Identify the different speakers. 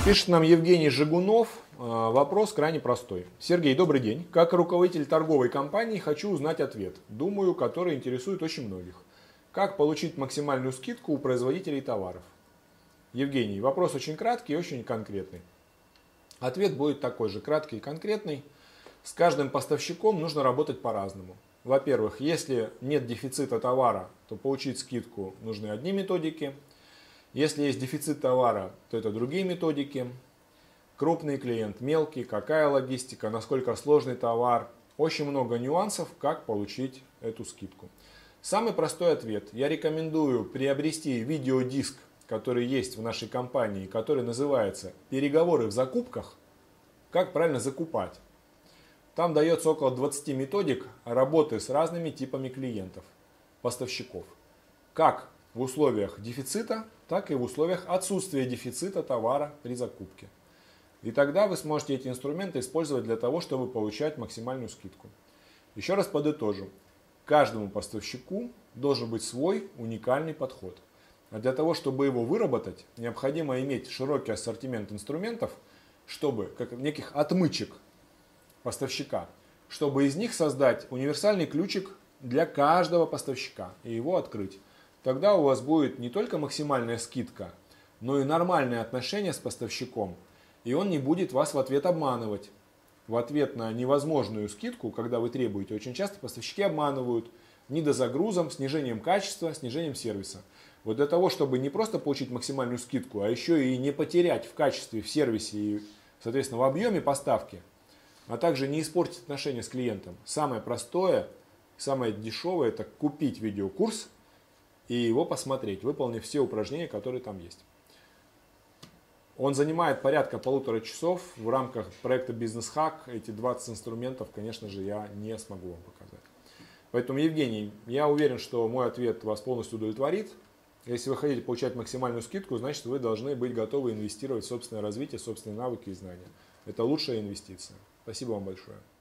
Speaker 1: Пишет нам Евгений Жигунов. Вопрос крайне простой. Сергей, добрый день. Как руководитель торговой компании хочу узнать ответ. Думаю, который интересует очень многих. Как получить максимальную скидку у производителей товаров? Евгений, вопрос очень краткий и очень конкретный. Ответ будет такой же, краткий и конкретный. С каждым поставщиком нужно работать по-разному. Во-первых, если нет дефицита товара, то получить скидку нужны одни методики. Если есть дефицит товара, то это другие методики. Крупный клиент, мелкий, какая логистика, насколько сложный товар. Очень много нюансов, как получить эту скидку. Самый простой ответ. Я рекомендую приобрести видеодиск, который есть в нашей компании, который называется «Переговоры в закупках. Как правильно закупать». Там дается около 20 методик работы с разными типами клиентов, поставщиков. Как в условиях дефицита, так и в условиях отсутствия дефицита товара при закупке. И тогда вы сможете эти инструменты использовать для того, чтобы получать максимальную скидку. Еще раз подытожу. Каждому поставщику должен быть свой уникальный подход. А для того, чтобы его выработать, необходимо иметь широкий ассортимент инструментов, чтобы, как неких отмычек поставщика, чтобы из них создать универсальный ключик для каждого поставщика и его открыть. Тогда у вас будет не только максимальная скидка, но и нормальные отношения с поставщиком, и он не будет вас в ответ обманывать. В ответ на невозможную скидку, когда вы требуете, очень часто поставщики обманывают недозагрузом, снижением качества, снижением сервиса. Вот для того, чтобы не просто получить максимальную скидку, а еще и не потерять в качестве, в сервисе и, соответственно, в объеме поставки, а также не испортить отношения с клиентом, самое простое, самое дешевое – это купить видеокурс и его посмотреть, выполнив все упражнения, которые там есть. Он занимает порядка 1,5 часов. В рамках проекта «Бизнес-хак» эти 20 инструментов, конечно же, я не смогу вам показать. Поэтому, Евгений, я уверен, что мой ответ вас полностью удовлетворит. Если вы хотите получать максимальную скидку, значит, вы должны быть готовы инвестировать в собственное развитие, собственные навыки и знания. Это лучшая инвестиция. Спасибо вам большое.